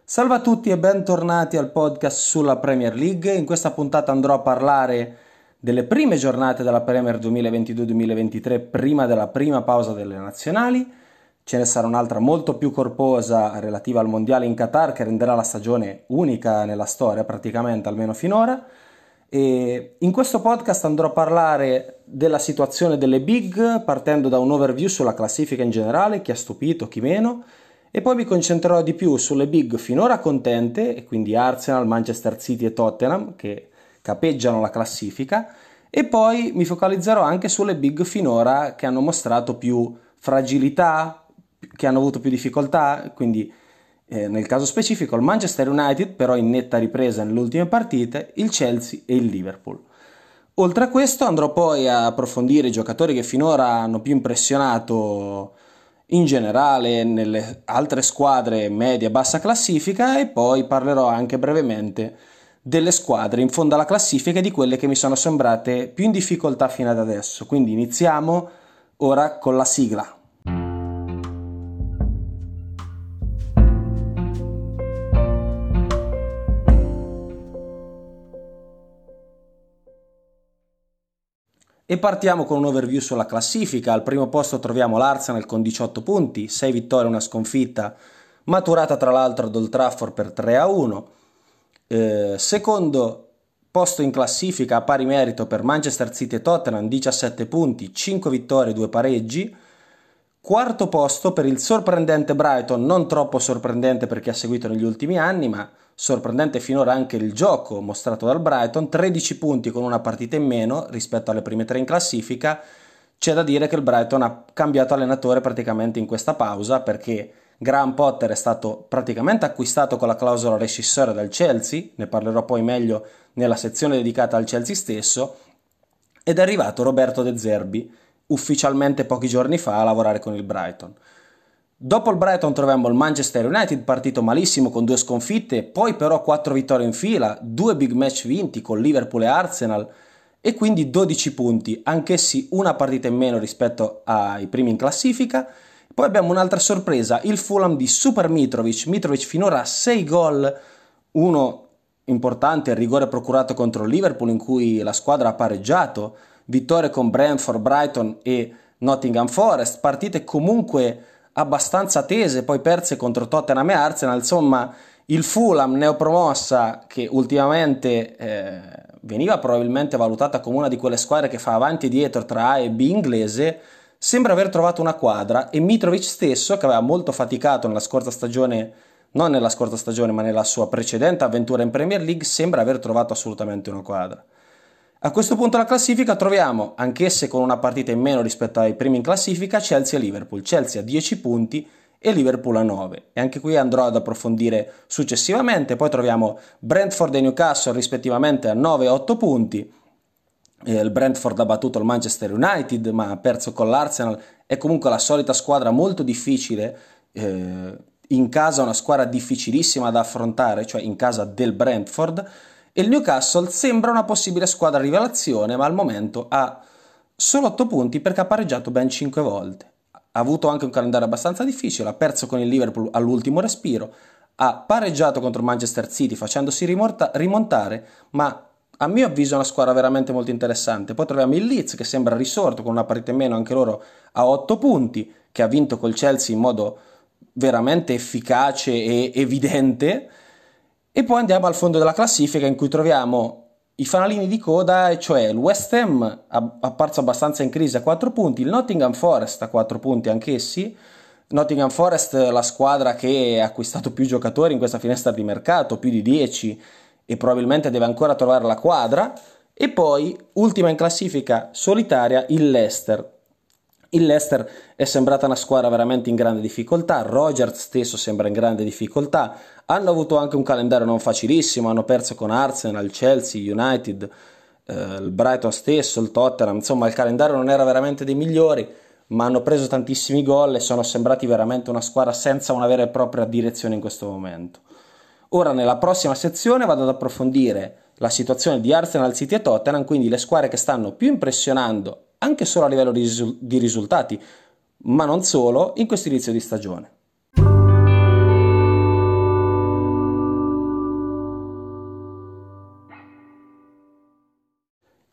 Salve a tutti e bentornati al podcast sulla Premier League. In questa puntata andrò a parlare delle prime giornate della Premier 2022-2023 prima della prima pausa delle nazionali. Ce ne sarà un'altra molto più corposa relativa al mondiale in Qatar che renderà la stagione unica nella storia praticamente, almeno finora. E in questo podcast andrò a parlare della situazione delle big partendo da un overview sulla classifica in generale, chi ha stupito, chi meno. E poi mi concentrerò di più sulle big finora contente, e quindi Arsenal, Manchester City e Tottenham, che capeggiano la classifica, e poi mi focalizzerò anche sulle big finora che hanno mostrato più fragilità, che hanno avuto più difficoltà, quindi nel caso specifico il Manchester United, però in netta ripresa nelle ultime partite, il Chelsea e il Liverpool. Oltre a questo andrò poi a approfondire i giocatori che finora hanno più impressionato in generale nelle altre squadre media e bassa classifica e poi parlerò anche brevemente delle squadre in fondo alla classifica e di quelle che mi sono sembrate più in difficoltà fino ad adesso. Quindi iniziamo ora con la sigla. E partiamo con un overview sulla classifica. Al primo posto troviamo l'Arsenal con 18 punti, 6 vittorie e una sconfitta, maturata tra l'altro ad Old Trafford per 3-1. Secondo posto in classifica a pari merito per Manchester City e Tottenham, 17 punti, 5 vittorie e 2 pareggi. Quarto posto per il sorprendente Brighton, non troppo sorprendente perché ha seguito negli ultimi anni, ma sorprendente finora anche il gioco mostrato dal Brighton, 13 punti con una partita in meno rispetto alle prime tre in classifica. C'è da dire che il Brighton ha cambiato allenatore praticamente in questa pausa perché Graham Potter è stato praticamente acquistato con la clausola rescissoria dal Chelsea, ne parlerò poi meglio nella sezione dedicata al Chelsea stesso, ed è arrivato Roberto De Zerbi ufficialmente pochi giorni fa a lavorare con il Brighton. Dopo il Brighton troviamo il Manchester United partito malissimo con 2 sconfitte, poi però 4 vittorie in fila, 2 big match vinti con Liverpool e Arsenal e quindi 12 punti, anch'essi una partita in meno rispetto ai primi in classifica. Poi abbiamo un'altra sorpresa, il Fulham di Super Mitrovic finora ha 6 gol, uno importante, il rigore procurato contro il Liverpool in cui la squadra ha pareggiato, vittorie con Brentford, Brighton e Nottingham Forest, partite comunque abbastanza tese, poi perse contro Tottenham e Arsenal. Insomma, il Fulham, neopromossa, che ultimamente veniva probabilmente valutata come una di quelle squadre che fa avanti e dietro tra A e B inglese, sembra aver trovato una quadra e Mitrovic stesso, che aveva molto faticato nella scorsa stagione, non nella scorsa stagione ma nella sua precedente avventura in Premier League, sembra aver trovato assolutamente una quadra. A questo punto la classifica troviamo, anch'esse con una partita in meno rispetto ai primi in classifica, Chelsea e Liverpool. Chelsea a 10 punti e Liverpool a 9. E anche qui andrò ad approfondire successivamente. Poi troviamo Brentford e Newcastle rispettivamente a 9 e 8 punti. Il Brentford ha battuto il Manchester United ma ha perso con l'Arsenal. È comunque la solita squadra molto difficile. In casa una squadra difficilissima da affrontare, cioè in casa del Brentford. E il Newcastle sembra una possibile squadra rivelazione, ma al momento ha solo 8 punti perché ha pareggiato ben 5 volte. Ha avuto anche un calendario abbastanza difficile, ha perso con il Liverpool all'ultimo respiro, ha pareggiato contro il Manchester City facendosi rimontare, ma a mio avviso è una squadra veramente molto interessante. Poi troviamo il Leeds che sembra risorto con una partita in meno anche loro a 8 punti, che ha vinto col Chelsea in modo veramente efficace e evidente. E poi andiamo al fondo della classifica in cui troviamo i fanalini di coda, e cioè il West Ham apparso abbastanza in crisi a 4 punti, il Nottingham Forest a 4 punti anch'essi. Nottingham Forest, la squadra che ha acquistato più giocatori in questa finestra di mercato, più di 10, e probabilmente deve ancora trovare la quadra. E poi, ultima in classifica solitaria, il Leicester. Il Leicester è sembrata una squadra veramente in grande difficoltà, Rodgers stesso sembra in grande difficoltà, hanno avuto anche un calendario non facilissimo, hanno perso con Arsenal, Chelsea, United, il Brighton stesso, il Tottenham, insomma il calendario non era veramente dei migliori, ma hanno preso tantissimi gol e sono sembrati veramente una squadra senza una vera e propria direzione in questo momento. Ora nella prossima sezione vado ad approfondire la situazione di Arsenal, City e Tottenham, quindi le squadre che stanno più impressionando anche solo a livello di risultati, ma non solo, in questo inizio di stagione.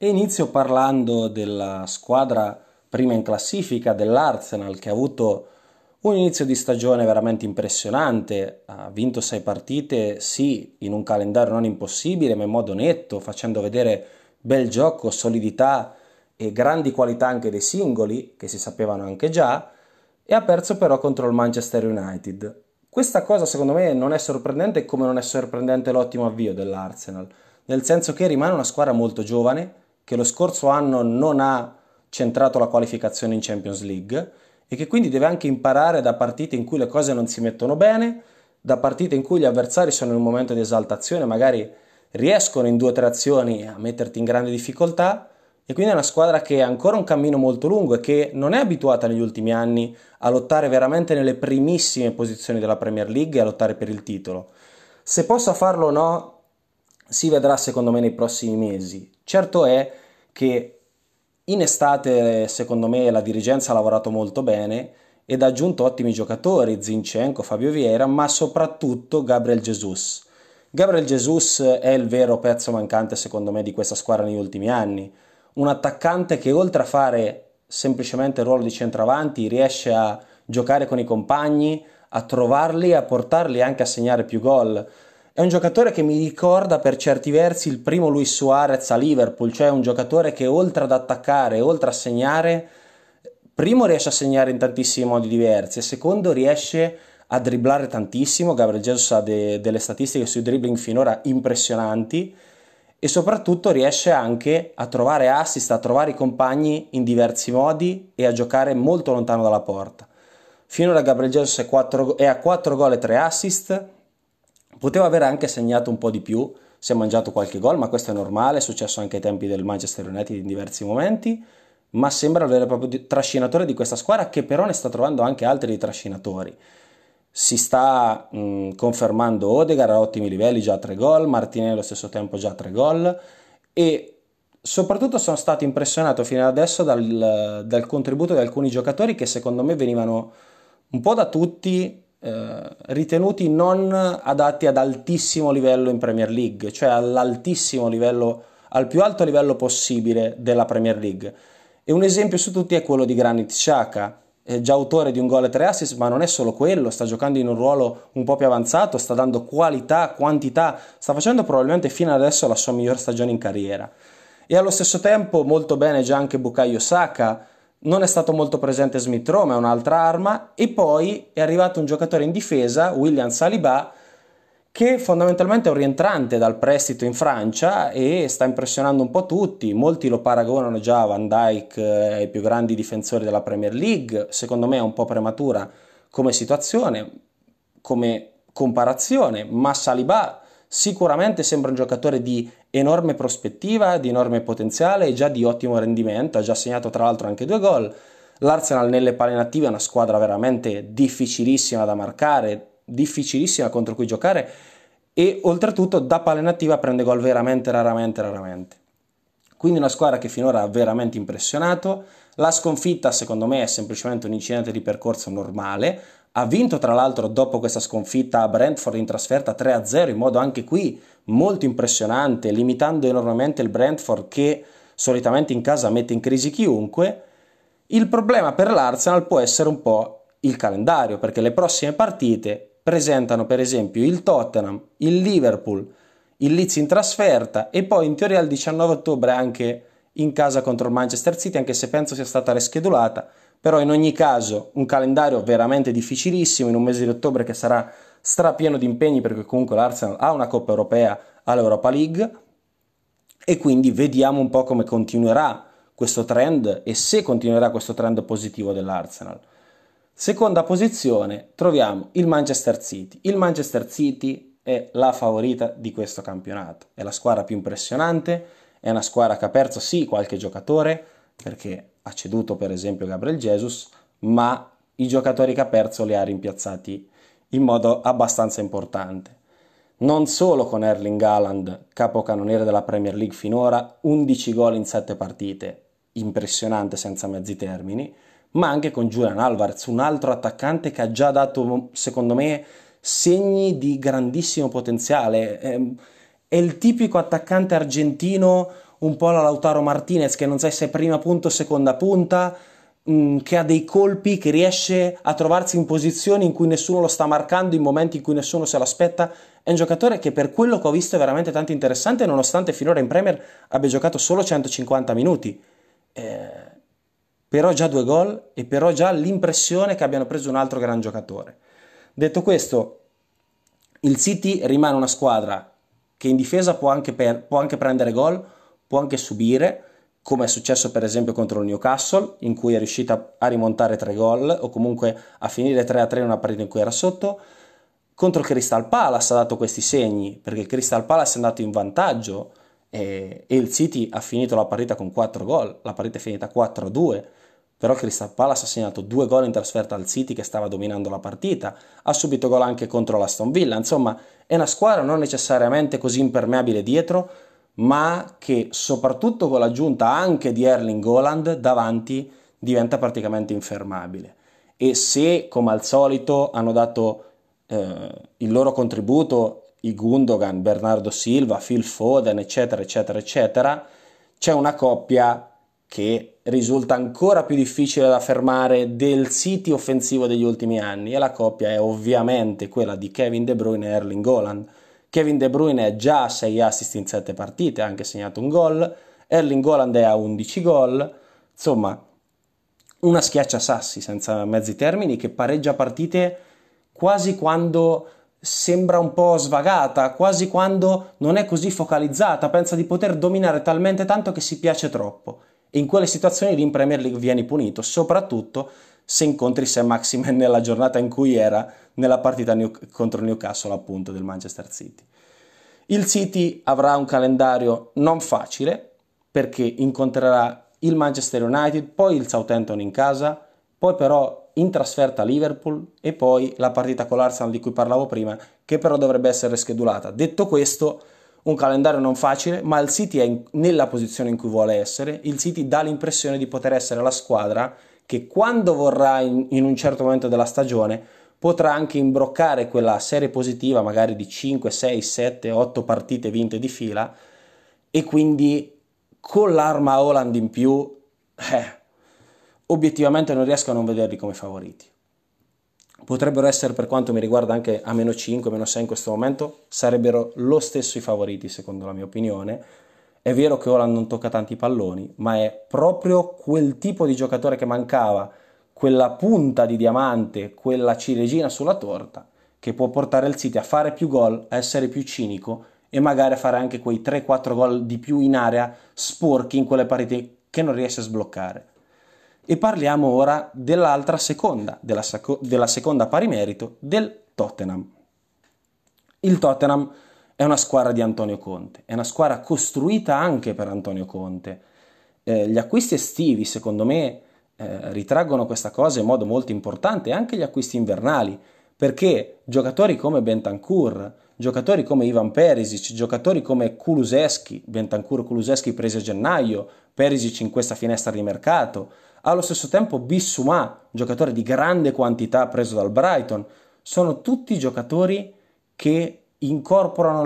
E inizio parlando della squadra prima in classifica dell'Arsenal, che ha avuto un inizio di stagione veramente impressionante, ha vinto 6 partite, sì, in un calendario non impossibile, ma in modo netto, facendo vedere bel gioco, solidità e grandi qualità anche dei singoli, che si sapevano anche già, e ha perso però contro il Manchester United. Questa cosa secondo me non è sorprendente, come non è sorprendente l'ottimo avvio dell'Arsenal, nel senso che rimane una squadra molto giovane, che lo scorso anno non ha centrato la qualificazione in Champions League e che quindi deve anche imparare da partite in cui le cose non si mettono bene, da partite in cui gli avversari sono in un momento di esaltazione, magari riescono in 2 o 3 azioni a metterti in grande difficoltà, e quindi è una squadra che ha ancora un cammino molto lungo e che non è abituata negli ultimi anni a lottare veramente nelle primissime posizioni della Premier League e a lottare per il titolo. Se possa farlo o no, si vedrà secondo me nei prossimi mesi. Certo è che in estate, secondo me, la dirigenza ha lavorato molto bene ed ha aggiunto ottimi giocatori, Zinchenko, Fabio Vieira, ma soprattutto Gabriel Jesus. Gabriel Jesus è il vero pezzo mancante, secondo me, di questa squadra negli ultimi anni. Un attaccante che oltre a fare semplicemente il ruolo di centravanti riesce a giocare con i compagni, a trovarli e a portarli anche a segnare più gol. È un giocatore che mi ricorda per certi versi il primo Luis Suarez a Liverpool, cioè un giocatore che oltre ad attaccare, oltre a segnare, primo riesce a segnare in tantissimi modi diversi e secondo riesce a dribblare tantissimo. Gabriel Jesus ha delle statistiche sui dribbling finora impressionanti e soprattutto riesce anche a trovare assist, a trovare i compagni in diversi modi e a giocare molto lontano dalla porta. Finora Gabriel Jesus è a 4 gol e 3 assist, poteva aver anche segnato un po' di più, si è mangiato qualche gol, ma questo è normale, è successo anche ai tempi del Manchester United in diversi momenti, ma sembra il vero e proprio trascinatore di questa squadra, che però ne sta trovando anche altri trascinatori. Si sta confermando Odegaard a ottimi livelli, già 3 gol, Martinelli allo stesso tempo già 3 gol, e soprattutto sono stato impressionato fino ad adesso dal contributo di alcuni giocatori che secondo me venivano un po' da tutti ritenuti non adatti ad altissimo livello in Premier League, cioè all'altissimo livello, al più alto livello possibile della Premier League. E un esempio su tutti è quello di Granit Xhaka, è già autore di un gol e 3 assist, ma non è solo quello, sta giocando in un ruolo un po' più avanzato, sta dando qualità, quantità, sta facendo probabilmente fino adesso la sua miglior stagione in carriera. E allo stesso tempo molto bene già anche Bukayo Saka, non è stato molto presente Smith Rowe, ma è un'altra arma, e poi è arrivato un giocatore in difesa, William Saliba, che fondamentalmente è un rientrante dal prestito in Francia e sta impressionando un po' tutti. Molti lo paragonano già a Van Dijk, ai più grandi difensori della Premier League. Secondo me è un po' prematura come situazione, come comparazione, ma Saliba sicuramente sembra un giocatore di enorme prospettiva, di enorme potenziale e già di ottimo rendimento, ha già segnato tra l'altro anche 2 gol. L'Arsenal nelle palle inattive è una squadra veramente difficilissima da marcare, difficilissima contro cui giocare e oltretutto da palla inattiva prende gol veramente raramente. Quindi una squadra che finora ha veramente impressionato. La sconfitta secondo me è semplicemente un incidente di percorso normale. Ha vinto tra l'altro dopo questa sconfitta a Brentford in trasferta 3-0 in modo anche qui molto impressionante, limitando enormemente il Brentford che solitamente in casa mette in crisi chiunque. Il problema per l'Arsenal può essere un po' il calendario, perché le prossime partite presentano per esempio il Tottenham, il Liverpool, il Leeds in trasferta e poi in teoria il 19 ottobre anche in casa contro il Manchester City, anche se penso sia stata reschedulata, però in ogni caso un calendario veramente difficilissimo in un mese di ottobre che sarà strapieno di impegni, perché comunque l'Arsenal ha una Coppa Europea all'Europa League e quindi vediamo un po' come continuerà questo trend e se continuerà questo trend positivo dell'Arsenal. Seconda posizione troviamo il Manchester City. Il Manchester City è la favorita di questo campionato, è la squadra più impressionante, è una squadra che ha perso sì qualche giocatore, perché ha ceduto per esempio Gabriel Jesus, ma i giocatori che ha perso li ha rimpiazzati in modo abbastanza importante. Non solo con Erling Haaland, capocannoniere della Premier League finora, 11 gol in 7 partite, impressionante senza mezzi termini, ma anche con Julian Alvarez, un altro attaccante che ha già dato, secondo me, segni di grandissimo potenziale. È il tipico attaccante argentino un po' la Lautaro Martinez, che non sai se è prima punta o seconda punta, che ha dei colpi, che riesce a trovarsi in posizioni in cui nessuno lo sta marcando, in momenti in cui nessuno se l'aspetta. È un giocatore che per quello che ho visto è veramente tanto interessante, nonostante finora in Premier abbia giocato solo 150 minuti. Però già 2 gol e però già l'impressione che abbiano preso un altro gran giocatore. Detto questo, il City rimane una squadra che in difesa può anche prendere gol, può anche subire, come è successo per esempio contro il Newcastle, in cui è riuscita a rimontare 3 gol, o comunque a finire 3-3 in una partita in cui era sotto. Contro il Crystal Palace ha dato questi segni, perché il Crystal Palace è andato in vantaggio e il City ha finito la partita con 4 gol, la partita è finita 4-2, però Crystal Palace ha segnato 2 gol in trasferta al City che stava dominando la partita, ha subito gol anche contro l'Aston Villa, insomma è una squadra non necessariamente così impermeabile dietro, ma che soprattutto con l'aggiunta anche di Erling Haaland davanti diventa praticamente infermabile. E se come al solito hanno dato il loro contributo i Gundogan, Bernardo Silva, Phil Foden, eccetera, eccetera, eccetera, c'è una coppia che risulta ancora più difficile da fermare del City offensivo degli ultimi anni, e la coppia è ovviamente quella di Kevin De Bruyne e Erling Haaland. Kevin De Bruyne è già a 6 assist in 7 partite, ha anche segnato un gol, Erling Haaland è a 11 gol, insomma una schiacciasassi senza mezzi termini che pareggia partite quasi quando sembra un po' svagata, quasi quando non è così focalizzata, pensa di poter dominare talmente tanto che si piace troppo. E in quelle situazioni lì in Premier League vieni punito, soprattutto se incontri Sam Maximin nella giornata in cui era nella partita contro il Newcastle, appunto, del Manchester City. Il City avrà un calendario non facile, perché incontrerà il Manchester United, poi il Southampton in casa, poi però in trasferta a Liverpool e poi la partita con l'Arsenal di cui parlavo prima, che però dovrebbe essere schedulata. Detto questo, un calendario non facile, ma il City è nella posizione in cui vuole essere. Il City dà l'impressione di poter essere la squadra che quando vorrà in un certo momento della stagione potrà anche imbroccare quella serie positiva magari di 5, 6, 7, 8 partite vinte di fila, e quindi con l'arma Haaland in più obiettivamente non riesco a non vederli come favoriti. Potrebbero essere, per quanto mi riguarda, anche a meno 5, meno 6 in questo momento, sarebbero lo stesso i favoriti secondo la mia opinione. È vero che Haaland non tocca tanti palloni, ma è proprio quel tipo di giocatore che mancava, quella punta di diamante, quella ciliegina sulla torta, che può portare il City a fare più gol, a essere più cinico e magari a fare anche quei 3-4 gol di più in area sporchi in quelle partite che non riesce a sbloccare. E parliamo ora dell'altra seconda, della seconda pari merito, del Tottenham. Il Tottenham è una squadra di Antonio Conte, è una squadra costruita anche per Antonio Conte. Gli acquisti estivi, secondo me, ritraggono questa cosa in modo molto importante, anche gli acquisti invernali, perché giocatori come Bentancur, giocatori come Ivan Perisic, giocatori come Kulusevski, Bentancur e Kulusevski presi a gennaio, Perisic in questa finestra di mercato, allo stesso tempo Bissouma, giocatore di grande quantità preso dal Brighton, sono tutti giocatori che incorporano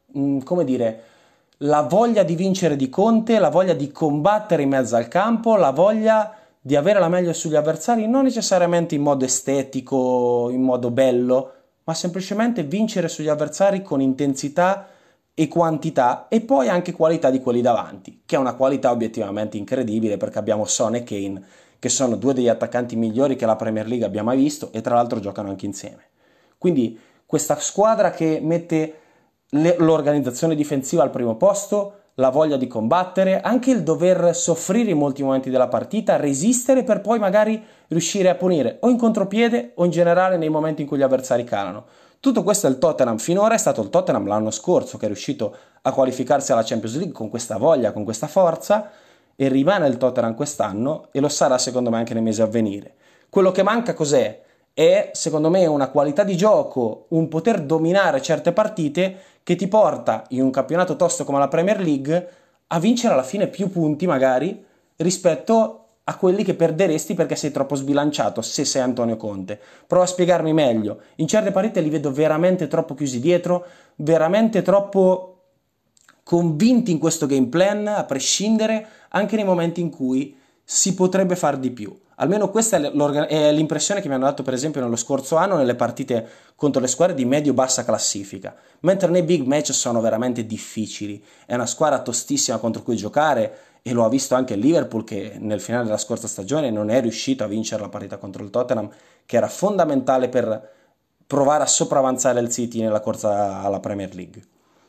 la voglia di vincere di Conte, la voglia di combattere in mezzo al campo, la voglia di avere la meglio sugli avversari, non necessariamente in modo estetico, in modo bello, ma semplicemente vincere sugli avversari con intensità e quantità, e poi anche qualità di quelli davanti, che è una qualità obiettivamente incredibile, perché abbiamo Son e Kane, che sono due degli attaccanti migliori che la Premier League abbia mai visto, e tra l'altro giocano anche insieme. Quindi questa squadra che mette l'organizzazione difensiva al primo posto, la voglia di combattere, anche il dover soffrire in molti momenti della partita, resistere per poi magari riuscire a punire o in contropiede o in generale nei momenti in cui gli avversari calano. Tutto questo è il Tottenham. Finora è stato il Tottenham l'anno scorso che è riuscito a qualificarsi alla Champions League con questa voglia, con questa forza, e rimane il Tottenham quest'anno e lo sarà secondo me anche nei mesi a venire. Quello che manca cos'è? È secondo me una qualità di gioco, un poter dominare certe partite che ti porta in un campionato tosto come la Premier League a vincere alla fine più punti magari rispetto a quelli che perderesti perché sei troppo sbilanciato se sei Antonio Conte. Provo a spiegarmi meglio. In certe partite li vedo veramente troppo chiusi dietro, veramente troppo convinti in questo game plan, a prescindere, anche nei momenti in cui si potrebbe far di più. Almeno questa è l'impressione che mi hanno dato per esempio nello scorso anno nelle partite contro le squadre di medio-bassa classifica, mentre nei big match sono veramente difficili, è una squadra tostissima contro cui giocare e lo ha visto anche il Liverpool che nel finale della scorsa stagione non è riuscito a vincere la partita contro il Tottenham, che era fondamentale per provare a sopravanzare il City nella corsa alla Premier League.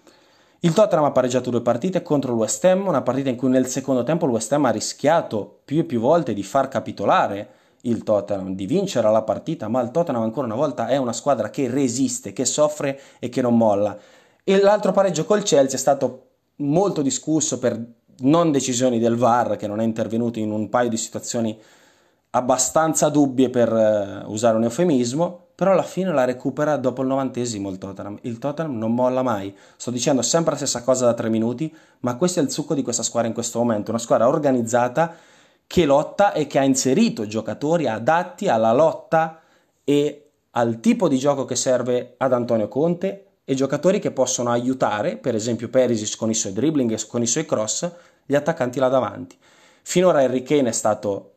Il Tottenham ha pareggiato 2 partite contro il West Ham, una partita in cui nel secondo tempo il West Ham ha rischiato più e più volte di far capitolare il Tottenham, di vincere la partita, ma il Tottenham ancora una volta è una squadra che resiste, che soffre e che non molla. E l'altro pareggio col Chelsea è stato molto discusso per non decisioni del VAR, che non è intervenuto in un paio di situazioni abbastanza dubbie per usare un eufemismo, però alla fine la recupera dopo il 90esimo il Tottenham. Il Tottenham non molla mai. Sto dicendo sempre la stessa cosa da 3 minuti, ma questo è il succo di questa squadra in questo momento. Una squadra organizzata che lotta e che ha inserito giocatori adatti alla lotta e al tipo di gioco che serve ad Antonio Conte e giocatori che possono aiutare, per esempio Perisic con i suoi dribbling e con i suoi cross, gli attaccanti là davanti. Finora Harry Kane è stato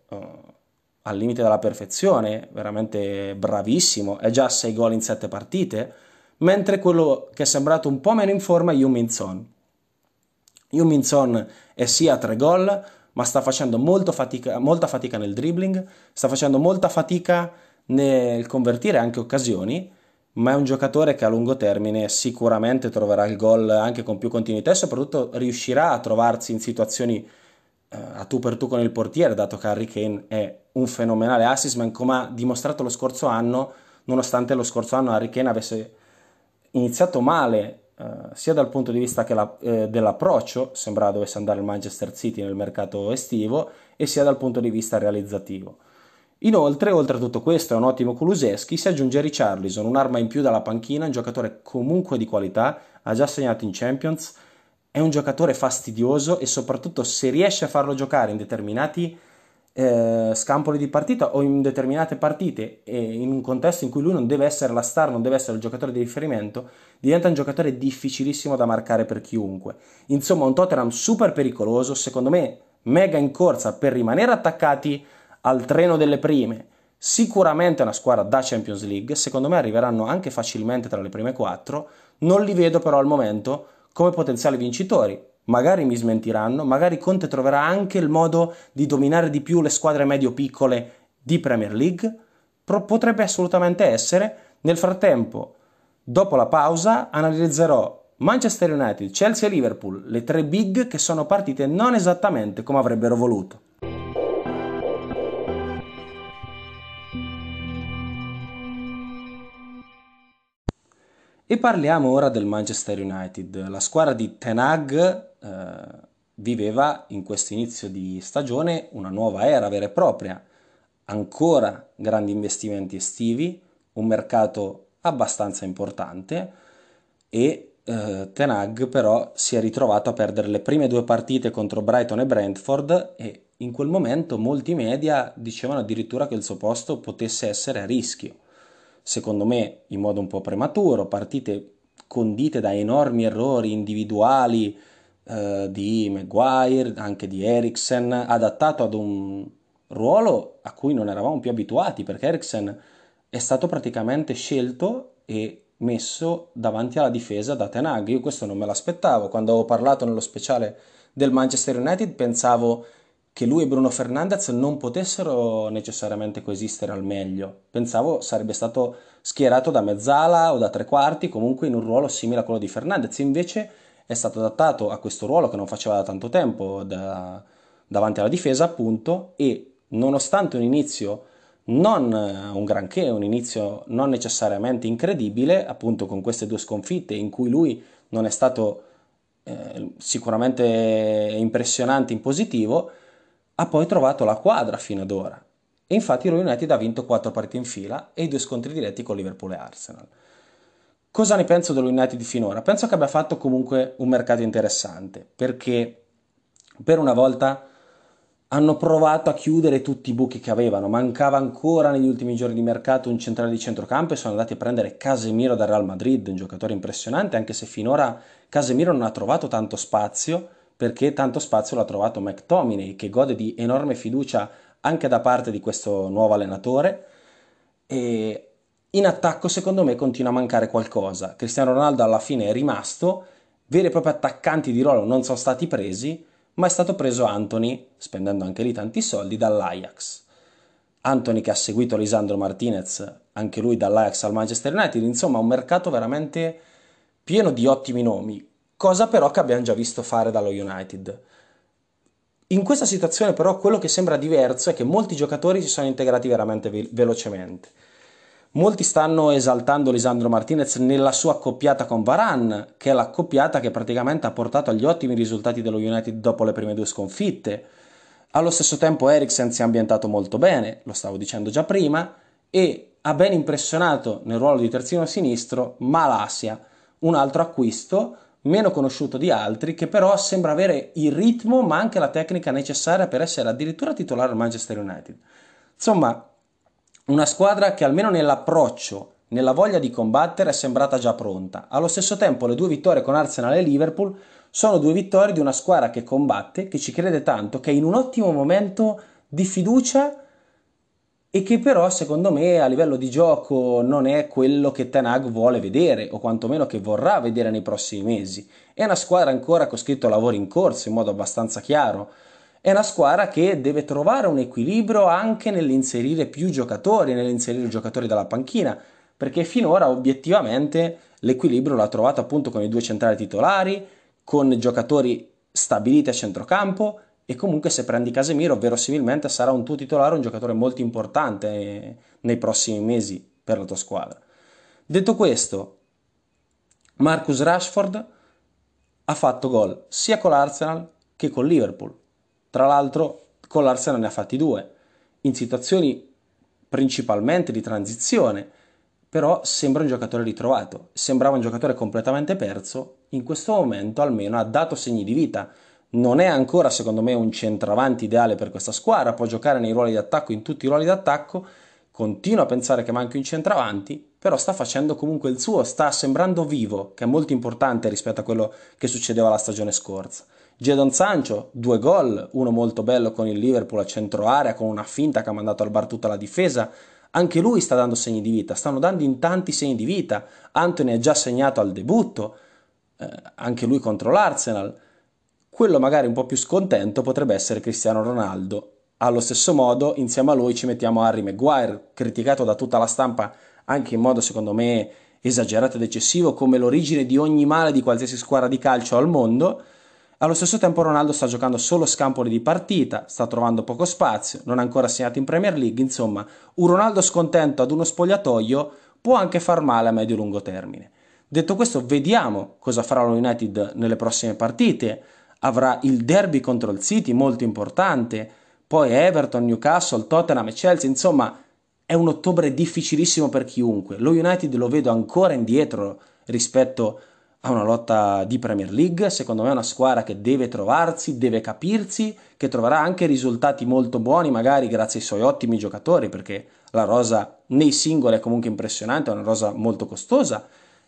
al limite della perfezione, veramente bravissimo, è già a 6 gol in 7 partite, mentre quello che è sembrato un po' meno in forma è Heung-min Son. Heung-min Son è sì a 3 gol, ma sta facendo molta fatica nel dribbling, sta facendo molta fatica nel convertire anche occasioni, ma è un giocatore che a lungo termine sicuramente troverà il gol anche con più continuità e soprattutto riuscirà a trovarsi in situazioni a tu per tu con il portiere, dato che Harry Kane è un fenomenale assist-man, come ha dimostrato lo scorso anno, nonostante lo scorso anno Harry Kane avesse iniziato male, sia dal punto di vista dell'approccio, sembrava dovesse andare il Manchester City nel mercato estivo, e sia dal punto di vista realizzativo. Inoltre, oltre a tutto questo, è un ottimo Kulusevski, si aggiunge Richarlison, un'arma in più dalla panchina, un giocatore comunque di qualità, ha già segnato in Champions, è un giocatore fastidioso e soprattutto se riesce a farlo giocare in determinati scampoli di partita o in determinate partite e in un contesto in cui lui non deve essere la star, non deve essere il giocatore di riferimento, diventa un giocatore difficilissimo da marcare per chiunque. Insomma, un Tottenham super pericoloso, secondo me mega in corsa per rimanere attaccati al treno delle prime. Sicuramente una squadra da Champions League, secondo me arriveranno anche facilmente tra le prime 4, non li vedo però al momento come potenziali vincitori. Magari mi smentiranno, magari Conte troverà anche il modo di dominare di più le squadre medio-piccole di Premier League, potrebbe assolutamente essere. Nel frattempo, dopo la pausa, analizzerò Manchester United, Chelsea e Liverpool, le 3 big che sono partite non esattamente come avrebbero voluto. E parliamo ora del Manchester United. La squadra di Ten Hag viveva in questo inizio di stagione una nuova era vera e propria. Ancora grandi investimenti estivi, un mercato abbastanza importante e Ten Hag però si è ritrovato a perdere le prime 2 partite contro Brighton e Brentford e in quel momento molti media dicevano addirittura che il suo posto potesse essere a rischio. Secondo me in modo un po' prematuro, partite condite da enormi errori individuali di Maguire, anche di Eriksen, adattato ad un ruolo a cui non eravamo più abituati, perché Eriksen è stato praticamente scelto e messo davanti alla difesa da Ten Hag. Io questo non me l'aspettavo. Quando ho parlato nello speciale del Manchester United pensavo che lui e Bruno Fernandes non potessero necessariamente coesistere al meglio. Pensavo sarebbe stato schierato da mezzala o da tre quarti, comunque in un ruolo simile a quello di Fernandes. Invece è stato adattato a questo ruolo che non faceva da tanto tempo davanti alla difesa, appunto, e nonostante un inizio non un granché, un inizio non necessariamente incredibile, appunto con queste 2 sconfitte in cui lui non è stato sicuramente impressionante in positivo, ha poi trovato la quadra fino ad ora. E infatti lo United ha vinto 4 partite in fila e i 2 scontri diretti con Liverpool e Arsenal. Cosa ne penso dello United finora? Penso che abbia fatto comunque un mercato interessante, perché per una volta hanno provato a chiudere tutti i buchi che avevano, mancava ancora negli ultimi giorni di mercato un centrale di centrocampo e sono andati a prendere Casemiro dal Real Madrid, un giocatore impressionante, anche se finora Casemiro non ha trovato tanto spazio, perché tanto spazio l'ha trovato McTominay, che gode di enorme fiducia anche da parte di questo nuovo allenatore. E in attacco secondo me continua a mancare qualcosa. Cristiano Ronaldo alla fine è rimasto, veri e propri attaccanti di ruolo non sono stati presi, ma è stato preso Anthony, spendendo anche lì tanti soldi, dall'Ajax. Anthony che ha seguito Lisandro Martinez, anche lui dall'Ajax al Manchester United, insomma un mercato veramente pieno di ottimi nomi, cosa però che abbiamo già visto fare dallo United. In questa situazione però quello che sembra diverso è che molti giocatori si sono integrati veramente velocemente. Molti stanno esaltando Lisandro Martinez nella sua accoppiata con Varane, che è l'accoppiata che praticamente ha portato agli ottimi risultati dello United dopo le prime due sconfitte. Allo stesso tempo Eriksen si è ambientato molto bene, lo stavo dicendo già prima, e ha ben impressionato nel ruolo di terzino sinistro Malasia, un altro acquisto meno conosciuto di altri, che però sembra avere il ritmo ma anche la tecnica necessaria per essere addirittura titolare al Manchester United. Insomma, una squadra che almeno nell'approccio, nella voglia di combattere è sembrata già pronta. Allo stesso tempo le due vittorie con Arsenal e Liverpool sono due vittorie di una squadra che combatte, che ci crede tanto, che è in un ottimo momento di fiducia e che però secondo me a livello di gioco non è quello che Ten Hag vuole vedere o quantomeno che vorrà vedere nei prossimi mesi. È una squadra ancora con scritto lavori in corso in modo abbastanza chiaro. È una squadra che deve trovare un equilibrio anche nell'inserire più giocatori, nell'inserire giocatori dalla panchina, perché finora obiettivamente l'equilibrio l'ha trovato appunto con i due centrali titolari, con giocatori stabiliti a centrocampo e comunque se prendi Casemiro verosimilmente sarà un tuo titolare, un giocatore molto importante nei prossimi mesi per la tua squadra. Detto questo, Marcus Rashford ha fatto gol sia con l'Arsenal che con Liverpool. Tra l'altro con l'Arsenal ne ha fatti due, in situazioni principalmente di transizione, però sembra un giocatore ritrovato, sembrava un giocatore completamente perso, in questo momento almeno ha dato segni di vita. Non è ancora secondo me un centravanti ideale per questa squadra, può giocare nei ruoli di attacco, in tutti i ruoli di attacco, continuo a pensare che manchi un centravanti, però sta facendo comunque il suo, sta sembrando vivo, che è molto importante rispetto a quello che succedeva la stagione scorsa. Jadon Sancho, due gol, uno molto bello con il Liverpool a centro area, con una finta che ha mandato al bar tutta la difesa, anche lui sta dando segni di vita, stanno dando in tanti segni di vita. Anthony ha già segnato al debutto, anche lui contro l'Arsenal. Quello magari un po' più scontento potrebbe essere Cristiano Ronaldo. Allo stesso modo, insieme a lui ci mettiamo Harry Maguire, criticato da tutta la stampa anche in modo secondo me esagerato ed eccessivo, come l'origine di ogni male di qualsiasi squadra di calcio al mondo. Allo stesso tempo Ronaldo sta giocando solo scampoli di partita, sta trovando poco spazio, non ha ancora segnato in Premier League, insomma, un Ronaldo scontento ad uno spogliatoio può anche far male a medio-lungo termine. Detto questo, vediamo cosa farà lo United nelle prossime partite. Avrà il derby contro il City, molto importante, poi Everton, Newcastle, Tottenham e Chelsea, insomma, è un ottobre difficilissimo per chiunque. Lo United lo vedo ancora indietro rispetto a una lotta di Premier League, secondo me è una squadra che deve trovarsi, deve capirsi, che troverà anche risultati molto buoni, magari grazie ai suoi ottimi giocatori, perché la rosa nei singoli è comunque impressionante, è una rosa molto costosa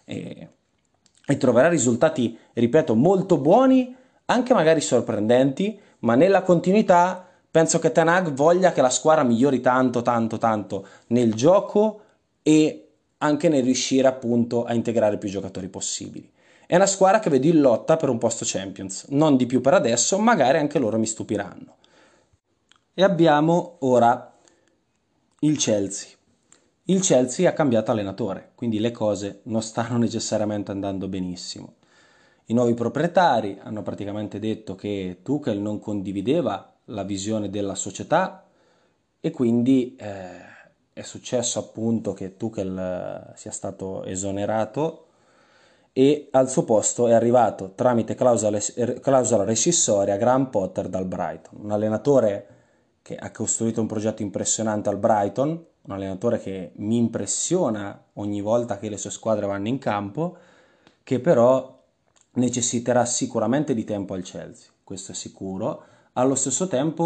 e troverà risultati, ripeto, molto buoni, anche magari sorprendenti, ma nella continuità penso che Ten Hag voglia che la squadra migliori tanto, tanto, tanto nel gioco e anche nel riuscire appunto a integrare più giocatori possibili. È una squadra che vedo in lotta per un posto Champions, non di più per adesso, magari anche loro mi stupiranno. E abbiamo ora il Chelsea. Il Chelsea ha cambiato allenatore, quindi le cose non stanno necessariamente andando benissimo. I nuovi proprietari hanno praticamente detto che Tuchel non condivideva la visione della società e quindi è successo appunto che Tuchel sia stato esonerato e al suo posto è arrivato tramite clausola rescissoria Graham Potter dal Brighton, un allenatore che ha costruito un progetto impressionante al Brighton, un allenatore che mi impressiona ogni volta che le sue squadre vanno in campo, che però necessiterà sicuramente di tempo al Chelsea, questo è sicuro. Allo stesso tempo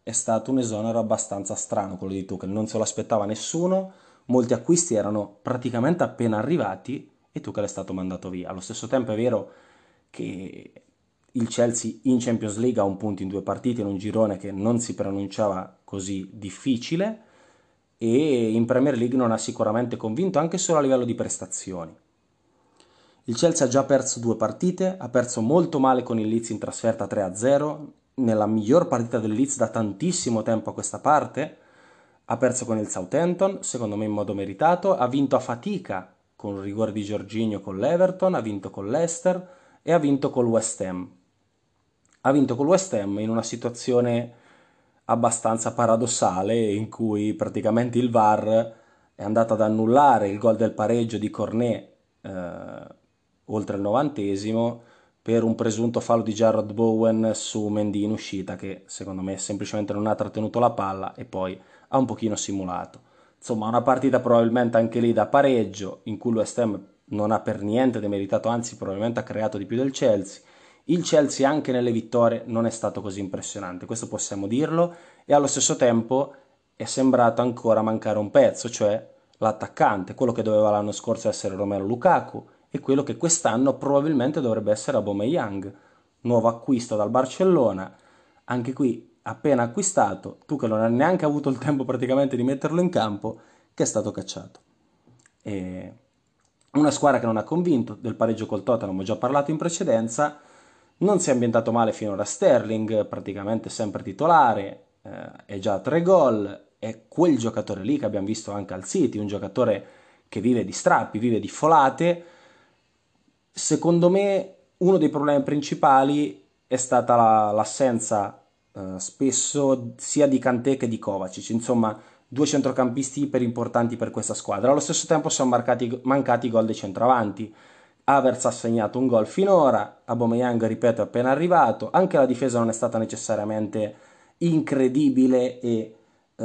è stato un esonero abbastanza strano quello di Tuchel, non se lo aspettava nessuno, molti acquisti erano praticamente appena arrivati e Tuchel è stato mandato via. Allo stesso tempo è vero che il Chelsea in Champions League ha un punto in 2 partite in un girone che non si preannunciava così difficile e in Premier League non ha sicuramente convinto anche solo a livello di prestazioni. Il Chelsea ha già perso 2 partite, ha perso molto male con il Leeds in trasferta 3-0, nella miglior partita del Leeds da tantissimo tempo a questa parte, ha perso con il Southampton, secondo me in modo meritato, ha vinto a fatica con un rigore di Jorginho con l'Everton, ha vinto con l'Leicester e ha vinto col West Ham. Ha vinto col West Ham in una situazione abbastanza paradossale in cui praticamente il VAR è andato ad annullare il gol del pareggio di Cornet oltre il 90esimo per un presunto fallo di Jarrod Bowen su Mendy in uscita che secondo me semplicemente non ha trattenuto la palla e poi ha un pochino simulato. Insomma, una partita probabilmente anche lì da pareggio in cui l'West Ham non ha per niente demeritato, anzi probabilmente ha creato di più del Chelsea. Il Chelsea anche nelle vittorie non è stato così impressionante, questo possiamo dirlo, e allo stesso tempo è sembrato ancora mancare un pezzo, cioè l'attaccante, quello che doveva l'anno scorso essere Romelu Lukaku e quello che quest'anno probabilmente dovrebbe essere Aubameyang, nuovo acquisto dal Barcellona, anche qui appena acquistato, tu che non hai neanche avuto il tempo praticamente di metterlo in campo, che è stato cacciato. E una squadra che non ha convinto, del pareggio col Tottenham ho già parlato in precedenza, non si è ambientato male finora Sterling, praticamente sempre titolare, è già a 3 gol, è quel giocatore lì che abbiamo visto anche al City, un giocatore che vive di strappi, vive di folate. Secondo me uno dei problemi principali è stata l'assenza spesso sia di Kanté che di Kovacic, insomma 2 centrocampisti iper importanti per questa squadra. Allo stesso tempo sono mancati i gol dei centravanti. Havertz ha segnato un gol finora, Aubameyang, ripeto, è appena arrivato, anche la difesa non è stata necessariamente incredibile e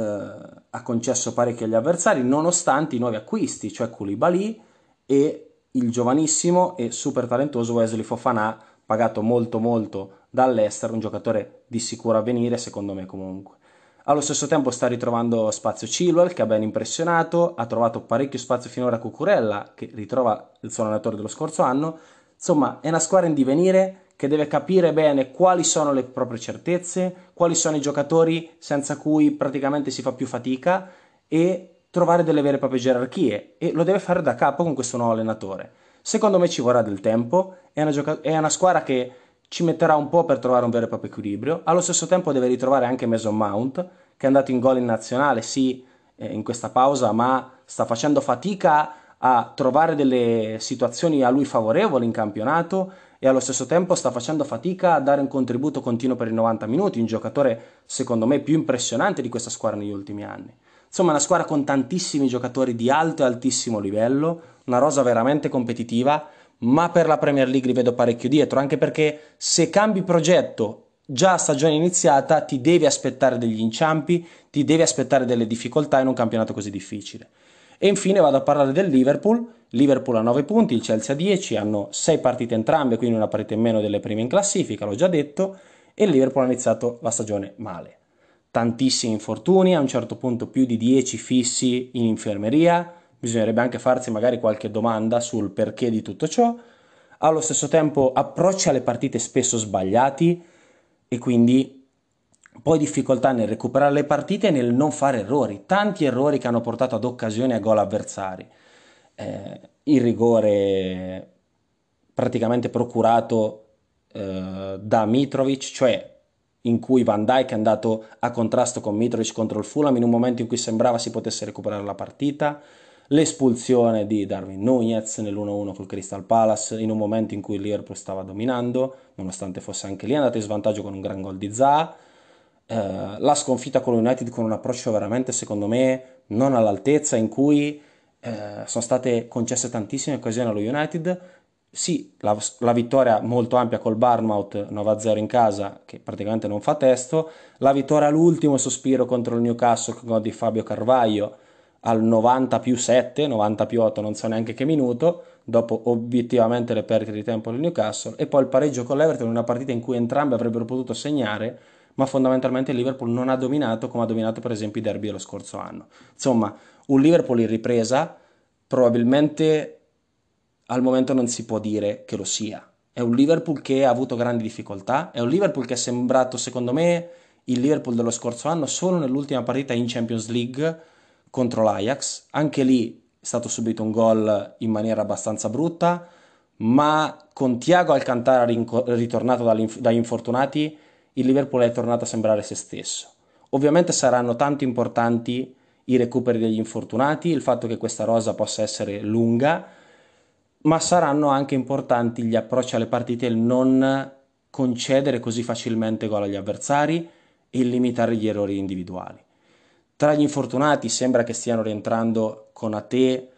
ha concesso parecchio agli avversari, nonostante i nuovi acquisti, cioè Koulibaly e il giovanissimo e super talentuoso Wesley Fofana, pagato molto molto dall'Ester, un giocatore di sicuro avvenire secondo me comunque. Allo stesso tempo sta ritrovando spazio Chilwell che ha ben impressionato, ha trovato parecchio spazio finora a Cucurella che ritrova il suo allenatore dello scorso anno, insomma è una squadra in divenire che deve capire bene quali sono le proprie certezze, quali sono i giocatori senza cui praticamente si fa più fatica e trovare delle vere e proprie gerarchie e lo deve fare da capo con questo nuovo allenatore. Secondo me ci vorrà del tempo, è una squadra che ci metterà un po' per trovare un vero e proprio equilibrio, allo stesso tempo deve ritrovare anche Mason Mount, che è andato in gol in nazionale, sì, in questa pausa, ma sta facendo fatica a trovare delle situazioni a lui favorevoli in campionato e allo stesso tempo sta facendo fatica a dare un contributo continuo per i 90 minuti, un giocatore secondo me più impressionante di questa squadra negli ultimi anni. Insomma, una squadra con tantissimi giocatori di alto e altissimo livello, una rosa veramente competitiva, ma per la Premier League li vedo parecchio dietro, anche perché se cambi progetto già a stagione iniziata ti devi aspettare degli inciampi, ti devi aspettare delle difficoltà in un campionato così difficile. E infine vado a parlare del Liverpool. Liverpool ha 9 punti, il Chelsea ha 10, hanno 6 partite entrambe, quindi una partita in meno delle prime in classifica, l'ho già detto, e il Liverpool ha iniziato la stagione male. Tantissimi infortuni, a un certo punto più di 10 fissi in infermeria, bisognerebbe anche farsi magari qualche domanda sul perché di tutto ciò. Allo stesso tempo approcci alle partite spesso sbagliati e quindi poi difficoltà nel recuperare le partite e nel non fare errori, tanti errori che hanno portato ad occasioni a gol avversari. Il rigore praticamente procurato da Mitrovic, cioè in cui Van Dijk è andato a contrasto con Mitrovic contro il Fulham in un momento in cui sembrava si potesse recuperare la partita, l'espulsione di Darwin Núñez nell'1-1 col Crystal Palace in un momento in cui il Liverpool stava dominando, nonostante fosse anche lì andato in svantaggio con un gran gol di Zaha, la sconfitta con l'United con un approccio veramente secondo me non all'altezza in cui sono state concesse tantissime occasioni allo United. Sì, la vittoria molto ampia col Bournemouth 9-0 in casa, che praticamente non fa testo, la vittoria all'ultimo sospiro contro il Newcastle con gol di Fabio Carvalho al 90 più 7, 90 più 8, non so neanche che minuto, dopo obiettivamente le perdite di tempo del Newcastle, e poi il pareggio con l'Everton in una partita in cui entrambi avrebbero potuto segnare, ma fondamentalmente il Liverpool non ha dominato come ha dominato per esempio i derby dello scorso anno. Insomma, un Liverpool in ripresa probabilmente al momento non si può dire che lo sia. È un Liverpool che ha avuto grandi difficoltà, è un Liverpool che è sembrato secondo me il Liverpool dello scorso anno solo nell'ultima partita in Champions League contro l'Ajax. Anche lì è stato subito un gol in maniera abbastanza brutta, ma con Thiago Alcantara ritornato dagli infortunati, il Liverpool è tornato a sembrare se stesso. Ovviamente saranno tanto importanti i recuperi degli infortunati, il fatto che questa rosa possa essere lunga, ma saranno anche importanti gli approcci alle partite, il non concedere così facilmente gol agli avversari e il limitare gli errori individuali. Tra gli infortunati sembra che stiano rientrando Konaté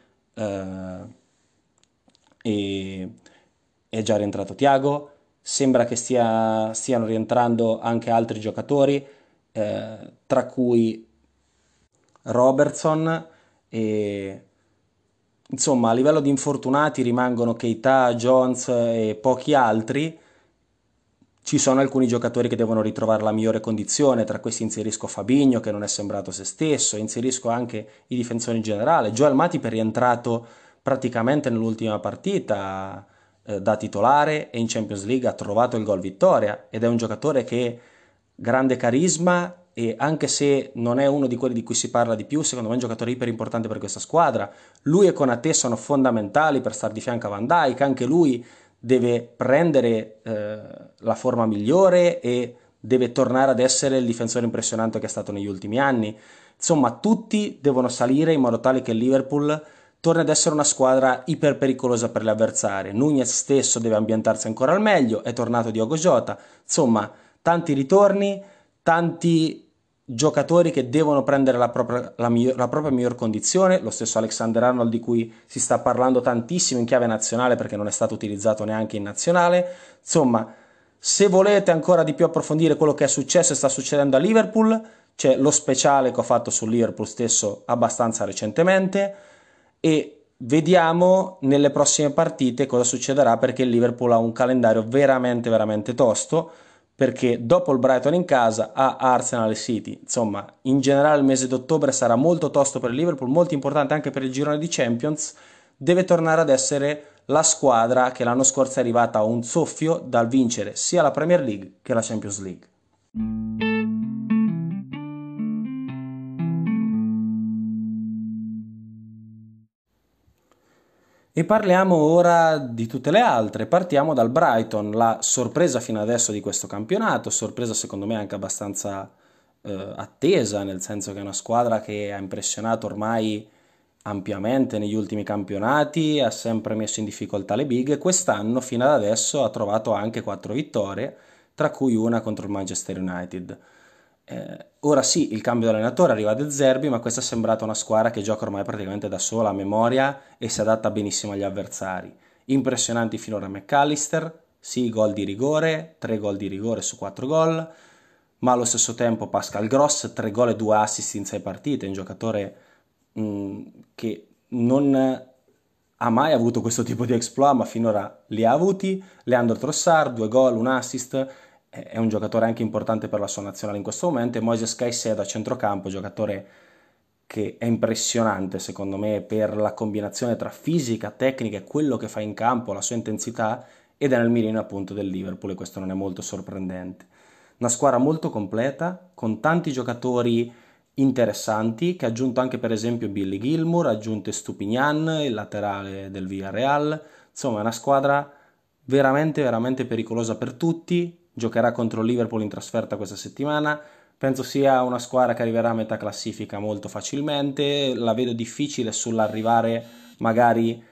e è già rientrato Thiago, sembra che stiano rientrando anche altri giocatori, tra cui Robertson e insomma a livello di infortunati rimangono Keita, Jones e pochi altri. Ci sono alcuni giocatori che devono ritrovare la migliore condizione, tra questi inserisco Fabinho che non è sembrato se stesso, inserisco anche i difensori in generale. Joel Matip è rientrato praticamente nell'ultima partita da titolare e in Champions League ha trovato il gol vittoria ed è un giocatore che grande carisma e anche se non è uno di quelli di cui si parla di più, secondo me è un giocatore iper importante per questa squadra. Lui e Konaté sono fondamentali per star di fianco a Van Dijk, anche lui deve prendere la forma migliore e deve tornare ad essere il difensore impressionante che è stato negli ultimi anni. Insomma, tutti devono salire in modo tale che il Liverpool torni ad essere una squadra iper pericolosa per le avversarie. Nunez stesso deve ambientarsi ancora al meglio, è tornato Diogo Jota. Insomma, tanti ritorni, tanti giocatori che devono prendere la propria miglior condizione, lo stesso Alexander Arnold di cui si sta parlando tantissimo in chiave nazionale perché non è stato utilizzato neanche in nazionale. Insomma, se volete ancora di più approfondire quello che è successo e sta succedendo a Liverpool, c'è lo speciale che ho fatto sul Liverpool stesso abbastanza recentemente e vediamo nelle prossime partite cosa succederà perché il Liverpool ha un calendario veramente veramente tosto perché dopo il Brighton in casa ha Arsenal e City. Insomma, in generale il mese d'ottobre sarà molto tosto per il Liverpool, molto importante anche per il girone di Champions. Deve tornare ad essere la squadra che l'anno scorso è arrivata a un soffio dal vincere sia la Premier League che la Champions League. E parliamo ora di tutte le altre. Partiamo dal Brighton, la sorpresa fino adesso di questo campionato, sorpresa secondo me anche abbastanza attesa, nel senso che è una squadra che ha impressionato ormai ampiamente negli ultimi campionati, ha sempre messo in difficoltà le big e quest'anno fino ad adesso ha trovato anche 4 vittorie, tra cui una contro il Manchester United. Ora sì, il cambio di allenatore arriva De Zerbi, ma questa è sembrata una squadra che gioca ormai praticamente da sola a memoria e si adatta benissimo agli avversari. Impressionanti finora McAllister, sì, gol di rigore, 3 gol di rigore su 4 gol, ma allo stesso tempo Pascal Gross, 3 gol e 2 assist in 6 partite, un giocatore che non ha mai avuto questo tipo di exploit, ma finora li ha avuti. Leandro Trossard, 2 gol, un assist, è un giocatore anche importante per la sua nazionale in questo momento. E Moises Caicedo a centrocampo, giocatore che è impressionante secondo me per la combinazione tra fisica, tecnica e quello che fa in campo, la sua intensità, ed è nel mirino appunto del Liverpool e questo non è molto sorprendente. Una squadra molto completa, con tanti giocatori interessanti, che ha aggiunto anche per esempio Billy Gilmour, ha aggiunto Estupinian, il laterale del Villarreal. Insomma è una squadra veramente veramente pericolosa per tutti, giocherà contro il Liverpool in trasferta questa settimana. Penso sia una squadra che arriverà a metà classifica molto facilmente, la vedo difficile sull'arrivare magari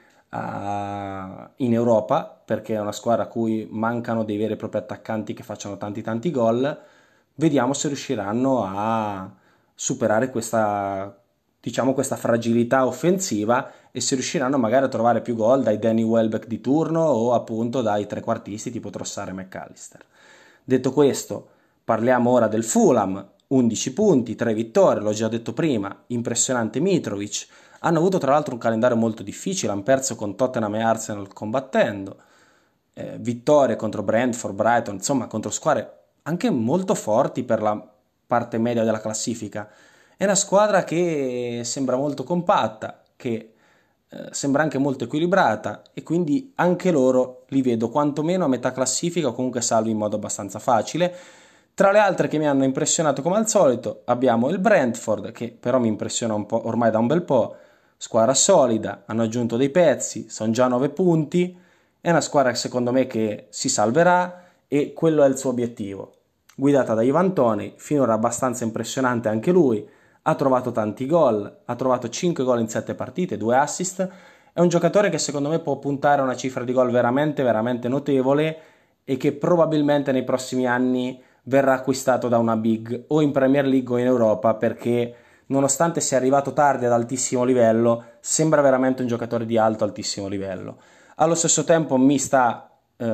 in Europa, perché è una squadra a cui mancano dei veri e propri attaccanti che facciano tanti tanti gol. Vediamo se riusciranno a superare questa, diciamo, questa fragilità offensiva e se riusciranno magari a trovare più gol dai Danny Welbeck di turno o appunto dai trequartisti tipo Trossard e McAllister. Detto questo, parliamo ora del Fulham, 11 punti, 3 vittorie, l'ho già detto prima, impressionante Mitrovic. Hanno avuto tra l'altro un calendario molto difficile, hanno perso con Tottenham e Arsenal combattendo, vittorie contro Brentford, Brighton, insomma contro squadre anche molto forti per la parte media della classifica. È una squadra che sembra molto compatta, che sembra anche molto equilibrata e quindi anche loro li vedo quantomeno a metà classifica o comunque salvi in modo abbastanza facile. Tra le altre che mi hanno impressionato come al solito abbiamo il Brentford, che però mi impressiona un po' ormai da un bel po', squadra solida, hanno aggiunto dei pezzi, sono già 9 punti, è una squadra che secondo me che si salverà e quello è il suo obiettivo. Guidata da Ivan Toney, finora abbastanza impressionante anche lui, ha trovato tanti gol, ha trovato 5 gol in 7 partite, 2 assist, è un giocatore che secondo me può puntare a una cifra di gol veramente, veramente notevole e che probabilmente nei prossimi anni verrà acquistato da una big o in Premier League o in Europa perché nonostante sia arrivato tardi ad altissimo livello, sembra veramente un giocatore di alto altissimo livello. Allo stesso tempo mi sta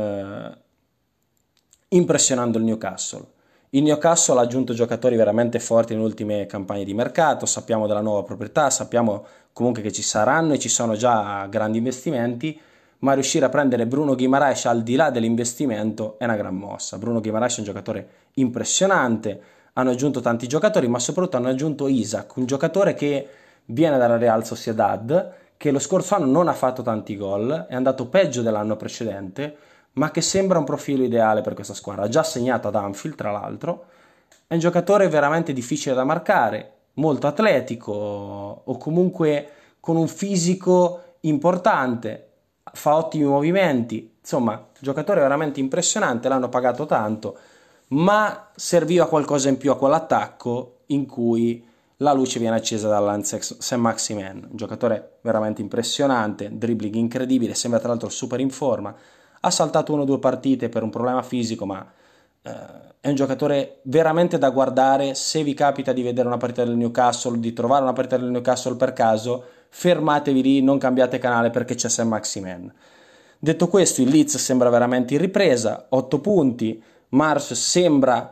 impressionando il Newcastle. Il Newcastle ha aggiunto giocatori veramente forti nelle ultime campagne di mercato, sappiamo della nuova proprietà, sappiamo comunque che ci saranno e ci sono già grandi investimenti, ma riuscire a prendere Bruno Guimaraes al di là dell'investimento è una gran mossa. Bruno Guimaraes è un giocatore impressionante, hanno aggiunto tanti giocatori, ma soprattutto hanno aggiunto Isaac, un giocatore che viene dalla Real Sociedad, che lo scorso anno non ha fatto tanti gol, è andato peggio dell'anno precedente, ma che sembra un profilo ideale per questa squadra. Ha già segnato ad Anfield, tra l'altro. È un giocatore veramente difficile da marcare, molto atletico o comunque con un fisico importante, fa ottimi movimenti. Insomma, giocatore veramente impressionante, l'hanno pagato tanto, ma serviva qualcosa in più a quell'attacco in cui la luce viene accesa Saint-Maximin, un giocatore veramente impressionante, dribbling incredibile, sembra tra l'altro super in forma, ha saltato 1 o 2 partite per un problema fisico, ma è un giocatore veramente da guardare. Se vi capita di vedere una partita del Newcastle, di trovare una partita del Newcastle per caso, fermatevi lì, non cambiate canale perché c'è Saint-Maximin. Detto questo, il Leeds sembra veramente in ripresa, 8 punti, Marsh sembra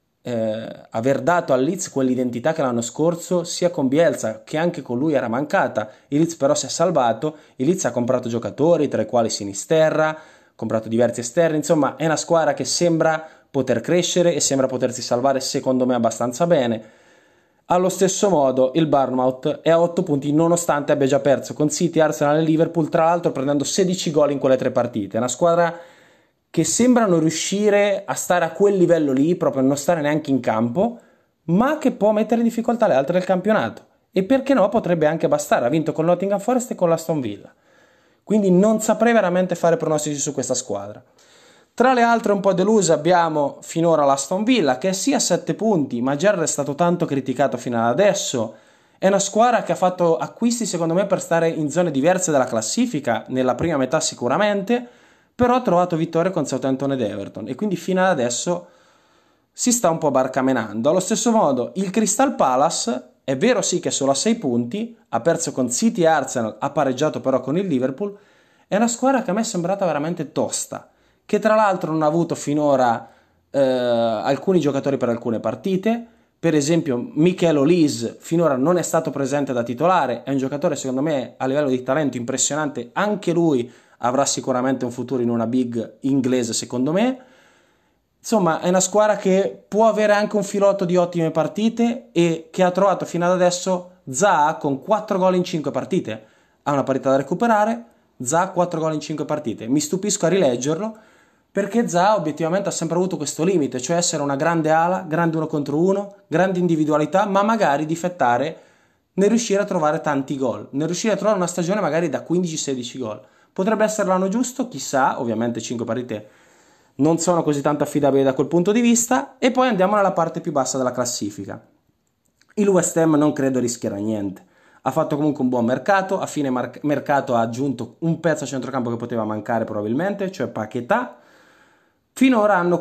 aver dato al Leeds quell'identità che l'anno scorso sia con Bielsa che anche con lui era mancata. Il Leeds però si è salvato, il Leeds ha comprato giocatori tra i quali Sinisterra, ha comprato diversi esterni, insomma è una squadra che sembra poter crescere e sembra potersi salvare secondo me abbastanza bene. Allo stesso modo il Bournemouth è a 8 punti nonostante abbia già perso con City, Arsenal e Liverpool, tra l'altro prendendo 16 gol in quelle 3 partite. È una squadra che sembrano riuscire a stare a quel livello lì, proprio a non stare neanche in campo, ma che può mettere in difficoltà le altre del campionato. E perché no, potrebbe anche bastare. Ha vinto con Nottingham Forest e con l'Aston Villa. Quindi non saprei veramente fare pronostici su questa squadra. Tra le altre un po' deluse abbiamo finora l'Aston Villa, che è sì a 7 punti, ma già è stato tanto criticato fino ad adesso. È una squadra che ha fatto acquisti secondo me per stare in zone diverse della classifica, nella prima metà sicuramente, però ha trovato vittorie con Southampton ed Everton e quindi fino ad adesso si sta un po' barcamenando. Allo stesso modo il Crystal Palace è vero sì che è solo a 6 punti, ha perso con City e Arsenal, ha pareggiato però con il Liverpool, è una squadra che a me è sembrata veramente tosta, che tra l'altro non ha avuto finora alcuni giocatori per alcune partite. Per esempio Mikel Olise finora non è stato presente da titolare, è un giocatore secondo me a livello di talento impressionante, anche lui avrà sicuramente un futuro in una big inglese secondo me. Insomma è una squadra che può avere anche un filotto di ottime partite e che ha trovato fino ad adesso Zaha con 4 gol in 5 partite. Ha una parità da recuperare, Zaha 4 gol in 5 partite. Mi stupisco a rileggerlo perché Zaha obiettivamente ha sempre avuto questo limite, cioè essere una grande ala, grande 1 contro 1, grande individualità, ma magari difettare nel riuscire a trovare tanti gol, nel riuscire a trovare una stagione magari da 15-16 gol. Potrebbe essere l'anno giusto, chissà, ovviamente 5 partite non sono così tanto affidabili da quel punto di vista, e poi andiamo nella parte più bassa della classifica. Il West Ham non credo rischierà niente. Ha fatto comunque un buon mercato, a fine mercato ha aggiunto un pezzo a centrocampo che poteva mancare probabilmente, cioè Paquetá. Finora hanno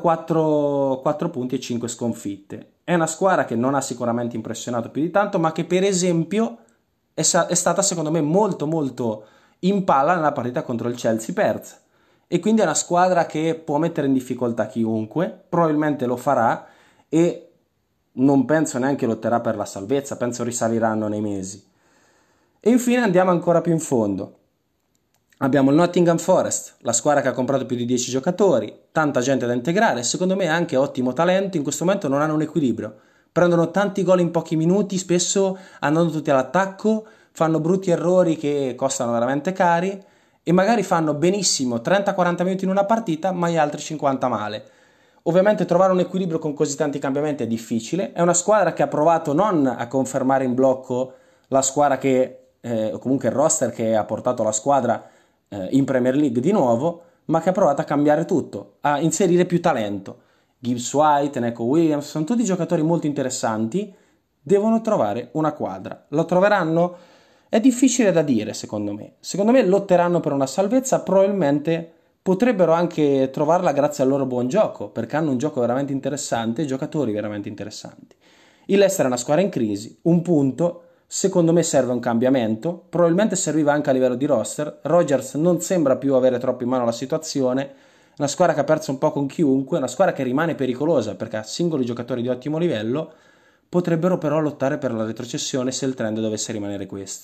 4 punti e 5 sconfitte. È una squadra che non ha sicuramente impressionato più di tanto, ma che per esempio è stata secondo me molto molto in palla nella partita contro il Chelsea persa. E quindi è una squadra che può mettere in difficoltà chiunque, probabilmente lo farà e non penso neanche lotterà per la salvezza, penso risaliranno nei mesi. E infine andiamo ancora più in fondo. Abbiamo il Nottingham Forest, la squadra che ha comprato più di 10 giocatori, tanta gente da integrare, secondo me anche ottimo talento, in questo momento non hanno un equilibrio. Prendono tanti gol in pochi minuti, spesso andando tutti all'attacco, fanno brutti errori che costano veramente cari e magari fanno benissimo 30-40 minuti in una partita, ma gli altri 50 male. Ovviamente trovare un equilibrio con così tanti cambiamenti è difficile, è una squadra che ha provato non a confermare in blocco la squadra o comunque il roster che ha portato la squadra in Premier League di nuovo, ma che ha provato a cambiare tutto, a inserire più talento. Gibbs White, Neco Williams, sono tutti giocatori molto interessanti, devono trovare una quadra. Lo troveranno? È difficile da dire, secondo me. Secondo me lotteranno per una salvezza, probabilmente potrebbero anche trovarla grazie al loro buon gioco, perché hanno un gioco veramente interessante e giocatori veramente interessanti. Il Leicester è una squadra in crisi, un punto. Secondo me serve un cambiamento, probabilmente serviva anche a livello di roster. Rodgers non sembra più avere troppo in mano la situazione, una squadra che ha perso un po' con chiunque, una squadra che rimane pericolosa perché ha singoli giocatori di ottimo livello, potrebbero però lottare per la retrocessione se il trend dovesse rimanere questo.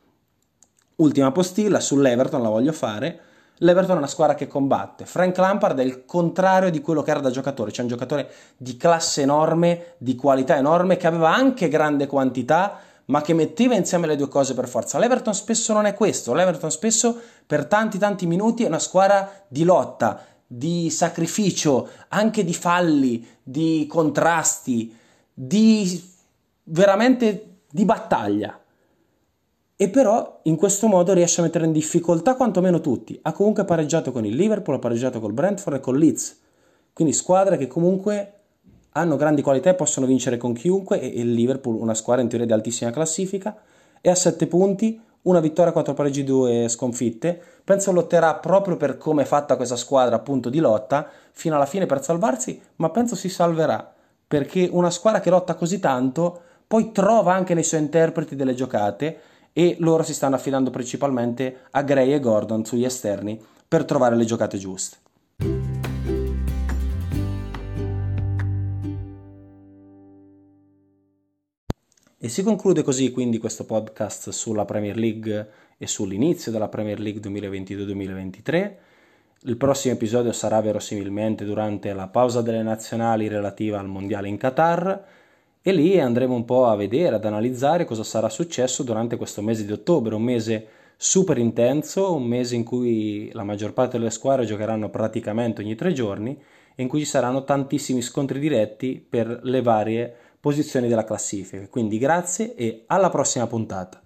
Ultima postilla sull'Everton, la voglio fare. L'Everton è una squadra che combatte. Frank Lampard è il contrario di quello che era da giocatore, cioè un giocatore di classe enorme, di qualità enorme, che aveva anche grande quantità, ma che metteva insieme le due cose per forza. L'Everton spesso non è questo, l'Everton spesso per tanti minuti è una squadra di lotta, di sacrificio, anche di falli, di contrasti, di veramente di battaglia. E però in questo modo riesce a mettere in difficoltà quantomeno tutti. Ha comunque pareggiato con il Liverpool, ha pareggiato col Brentford e col Leeds. Quindi squadre che comunque hanno grandi qualità e possono vincere con chiunque, e il Liverpool, una squadra in teoria di altissima classifica, è a 7 punti, una vittoria, 4 pareggi, 2 sconfitte. Penso lotterà proprio per come è fatta questa squadra, appunto di lotta, fino alla fine per salvarsi, ma penso si salverà, perché una squadra che lotta così tanto poi trova anche nei suoi interpreti delle giocate, e loro si stanno affidando principalmente a Gray e Gordon sugli esterni per trovare le giocate giuste. E si conclude così quindi questo podcast sulla Premier League e sull'inizio della Premier League 2022-2023. Il prossimo episodio sarà verosimilmente durante la pausa delle nazionali relativa al mondiale in Qatar, e lì andremo un po' a vedere, ad analizzare cosa sarà successo durante questo mese di ottobre, un mese super intenso, un mese in cui la maggior parte delle squadre giocheranno praticamente ogni 3 giorni e in cui ci saranno tantissimi scontri diretti per le varie posizioni della classifica. Quindi grazie e alla prossima puntata.